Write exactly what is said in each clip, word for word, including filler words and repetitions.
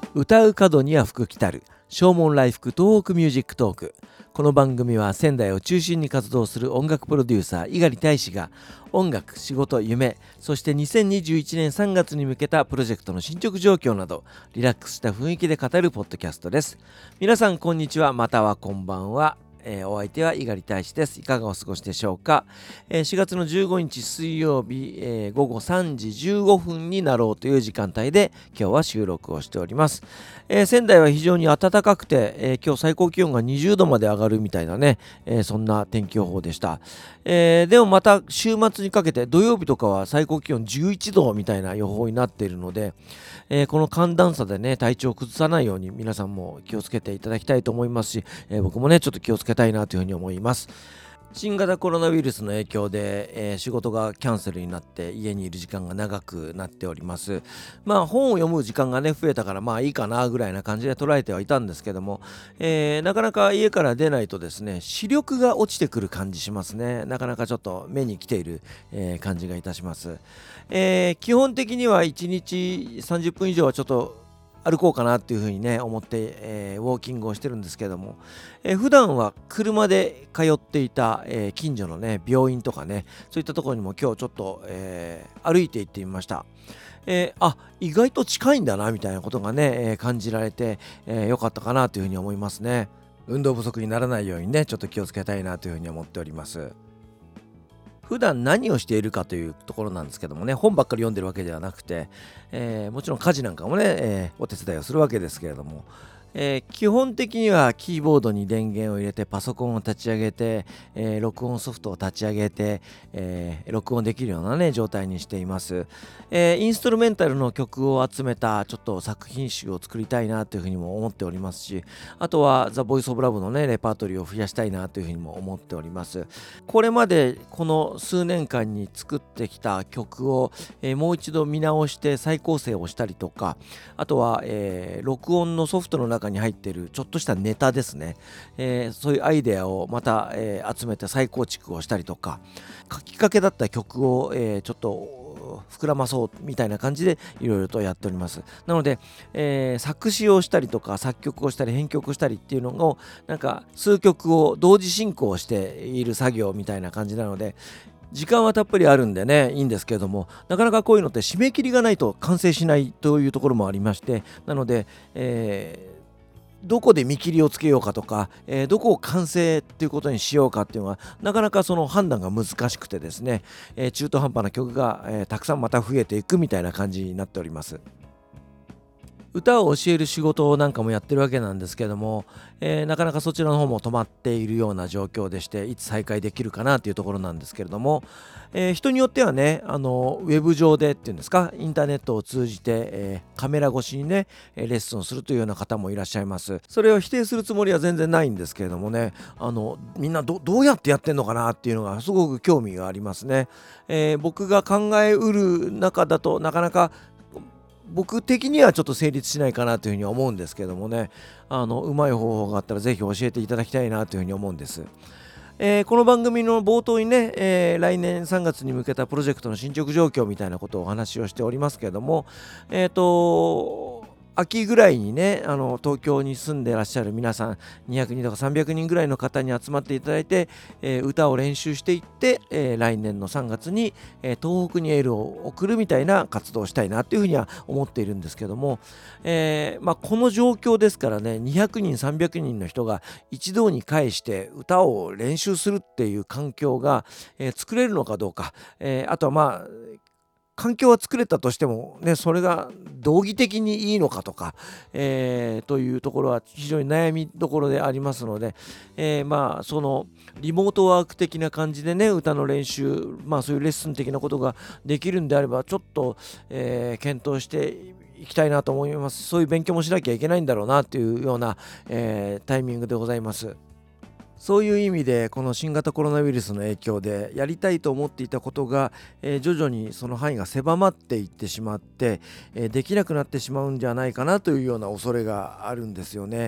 歌う角には福来たる正門来福東北ミュージックトーク。この番組は仙台を中心に活動する音楽プロデューサー猪狩大使が音楽、仕事、夢、そしてにせんにじゅういちねんさんがつに向けたプロジェクトの進捗状況などリラックスした雰囲気で語るポッドキャストです。皆さんこんにちは、またはこんばんは。えー、お相手は猪狩大使です。いかがお過ごしでしょうか。えー、しがつのじゅうごにち水曜日、えー、ごごさんじじゅうごふんになろうという時間帯で今日は収録をしております。えー、仙台は非常に暖かくて、えー、今日最高気温がにじゅうどまで上がるみたいなね、えー、そんな天気予報でした。えー、でもまた週末にかけて土曜日とかは最高気温じゅういちどみたいな予報になっているので、えー、この寒暖差でね体調を崩さないように皆さんも気をつけていただきたいと思いますし、えー、僕もねちょっと気をつけたいなというふうに思います。新型コロナウイルスの影響で、えー、仕事がキャンセルになって家にいる時間が長くなっております。まあ本を読む時間がね増えたからまあいいかなぐらいな感じで捉えてはいたんですけども、えー、なかなか家から出ないとですね視力が落ちてくる感じしますね。なかなかちょっと目に来ている、えー、感じがいたします。えー、基本的にはいちにちさんじゅっぷん以上はちょっと歩こうかなっていうふうにね思って、えー、ウォーキングをしてるんですけども、えー、普段は車で通っていた、えー、近所のね病院とかねそういったところにも今日ちょっと、えー、歩いて行ってみました。えー、あ意外と近いんだなみたいなことがね、えー、感じられて、えー、よかったかなというふうに思いますね。運動不足にならないようにねちょっと気をつけたいなというふうに思っております。普段何をしているかというところなんですけどもね、本ばっかり読んでるわけではなくて、えーもちろん家事なんかもね、えーお手伝いをするわけですけれども、えー基本的にはキーボードに電源を入れてパソコンを立ち上げて、えー録音ソフトを立ち上げて、えー録音できるようなね状態にしています。えーインストルメンタルの曲を集めたちょっと作品集を作りたいなというふうにも思っておりますし、あとはザ・ボイス・オブ・ラブのねレパートリーを増やしたいなというふうにも思っております。これまでこの数年間に作ってきた曲を、えーもう一度見直して再構成をしたりとか、あとは、えー録音のソフトの中に入っているちょっとしたネタですね、えーそういうアイデアをまた、えー集めて再構築をしたりとか、書きかけだった曲を、えーちょっと膨らまそうみたいな感じでいろいろとやっております。なので、えー作詞をしたりとか作曲をしたり編曲をしたりっていうのをなんか数曲を同時進行している作業みたいな感じなので、時間はたっぷりあるんでねいいんですけれども、なかなかこういうのって締め切りがないと完成しないというところもありまして、なので、えーどこで見切りをつけようかとか、えーどこを完成っていうことにしようかっていうのはなかなかその判断が難しくてですね、えー中途半端な曲が、えーたくさんまた増えていくみたいな感じになっております。歌を教える仕事なんかもやってるわけなんですけども、えーなかなかそちらの方も止まっているような状況でして、いつ再開できるかなというところなんですけれども、えー人によってはねあのウェブ上でっていうんですか、インターネットを通じて、えーカメラ越しにねえーレッスンをするというような方もいらっしゃいます。それを否定するつもりは全然ないんですけれどもね、あのみんな ど, どうやってやってんのかなっていうのがすごく興味がありますね。えー僕が考えうる中だとなかなか僕的にはちょっと成立しないかなというふうに思うんですけどもね、あのうまい方法があったらぜひ教えていただきたいなというふうに思うんです。えーこの番組の冒頭にね、えー来年さんがつに向けたプロジェクトの進捗状況みたいなことをお話をしておりますけれども、えっ、と秋ぐらいにねあの東京に住んでらっしゃる皆さんにひゃくにんとかさんびゃくにんぐらいの方に集まっていただいて、えー歌を練習していって、えー来年のさんがつに、えー東北にエールを送るみたいな活動をしたいなというふうには思っているんですけども、えーまあ、この状況ですからねにひゃくにんさんびゃくにんの人が一堂に会して歌を練習するっていう環境が、えー作れるのかどうか、えーあとはまあ環境は作れたとしてもねそれが道義的にいいのかとか、えーというところは非常に悩みどころでありますので、えーまあそのリモートワーク的な感じでね歌の練習、まあそういうレッスン的なことができるんであればちょっと、えー検討していきたいなと思います。そういう勉強もしなきゃいけないんだろうなというような、えータイミングでございます。そういう意味でこの新型コロナウイルスの影響でやりたいと思っていたことが、えー徐々にその範囲が狭まっていってしまって、えーできなくなってしまうんじゃないかなというような恐れがあるんですよね。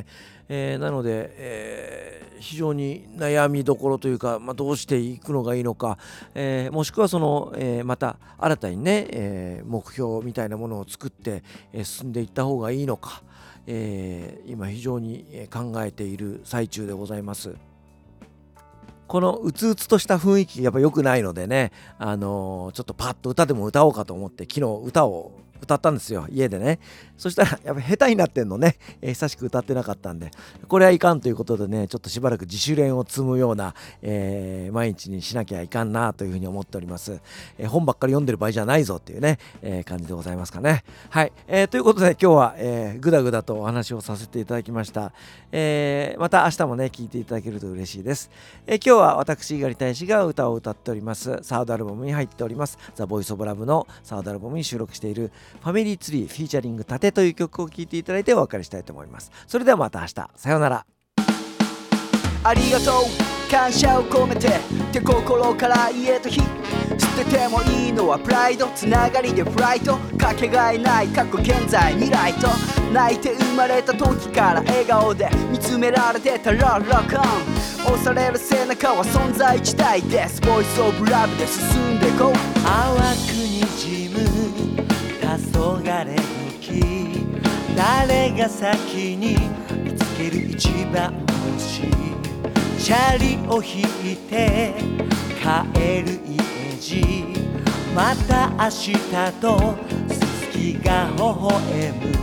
えー、なので、えー、非常に悩みどころというか、まあ、どうしていくのがいいのか、えー、もしくはその、えー、また新たにね、えー、目標みたいなものを作って、えー、進んでいった方がいいのか、えー、今非常に考えている最中でございます。このうつうつとした雰囲気やっぱ良くないのでね、あのーちょっとパッと歌でも歌おうかと思って昨日歌を歌ったんですよ、家でね。そしたらやっぱ下手になってんのね、えー久しく歌ってなかったんで、これはいかんということでね、ちょっとしばらく自主練を積むような、えー毎日にしなきゃいかんなというふうに思っております。えー本ばっかり読んでる場合じゃないぞっていうね、えー感じでございますかね。はい、えーということで今日は、えー、ぐだぐだとお話をさせていただきました。えーまた明日もね聞いていただけると嬉しいです。えー今日は私猪狩大使が歌を歌っておりますサードアルバムに入っておりますザ・ボイスオブラブのサードアルバムに収録しているファミリーツリーフィーチャリングタテという曲を聴いていただいてお別れしたいと思います。それではまた明日、さようなら。 ありがとう感謝を込めてって心から言えた日、捨ててもいいのはプライド、つながりでフライト、かけがえない過去現在未来と、泣いて生まれた時から笑顔で見つめられてたらロックオン、押される背中は存在自体です。ボイスオブラブで進んでこう。 淡くにじむ黄昏の木、誰が先に見つける一番星、チャリを引いて帰る家路、また明日とすすきが微笑む、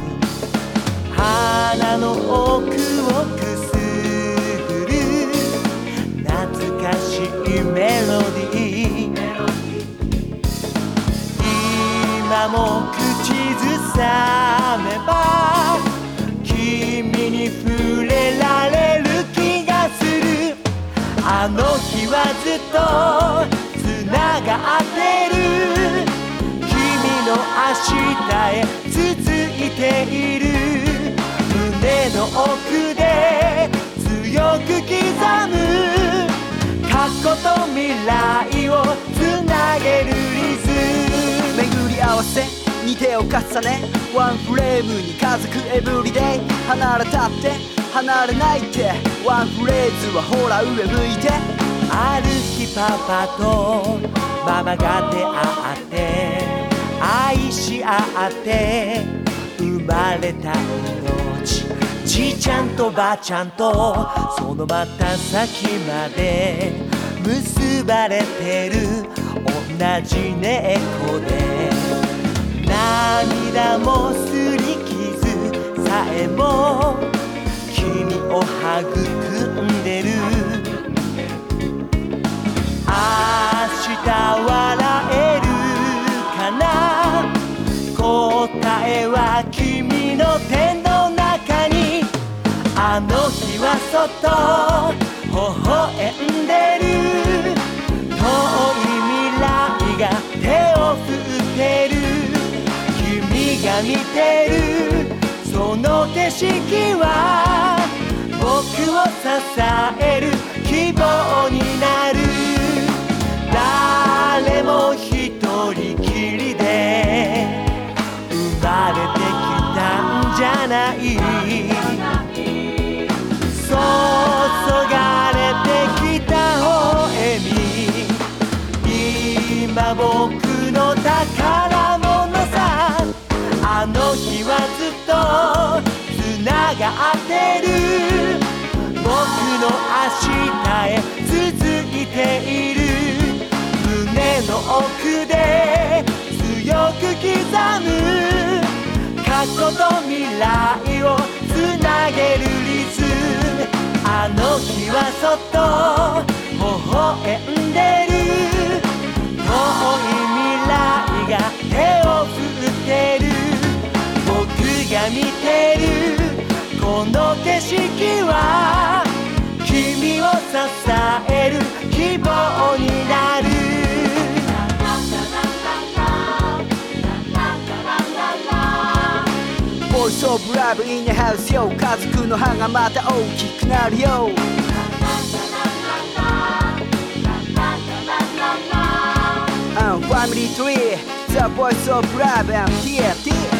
鼻の奥をくすぐる懐かしいメロディー、今も口ずさめば君に触れられる気がする、あの日はずっとつながってる、君の明日へ続いている、胸の奥で強く刻む過去と未来をつなげるリズム、 巡り合わせに手を重ねワンフレームに家族エブリデイ、離れたって離れないってワンフレーズはほら上向いて、 ある日パパとママが出会って愛し合って生まれた命、じいちゃんとばあちゃんとそのまた先まで結ばれてる同じ猫で、涙もすり傷さえも君を育んでる、明日笑えるかな、答えは君の手の中に、あの日はそっと微笑んでる、遠い未来が手を振ってる、君が見てるその景色は僕を支える希望になる、誰も一人きりで生まれてきたんじゃない、注がれてきた微笑み、今僕の宝物さ、あの日はずっとつながってる、僕の明日へ続いている、胸の奥で強く刻む過去と未来をつなげるリズム、あの日はそっと微笑んでる、遠い未来が手を振ってる、僕が見てるこの景色は君を支える希望になる、ボイスオブラブインハウスよ、家族の歯がまた大きくなるよ、ファミリーツリー The Voice of Love and ティーエフティー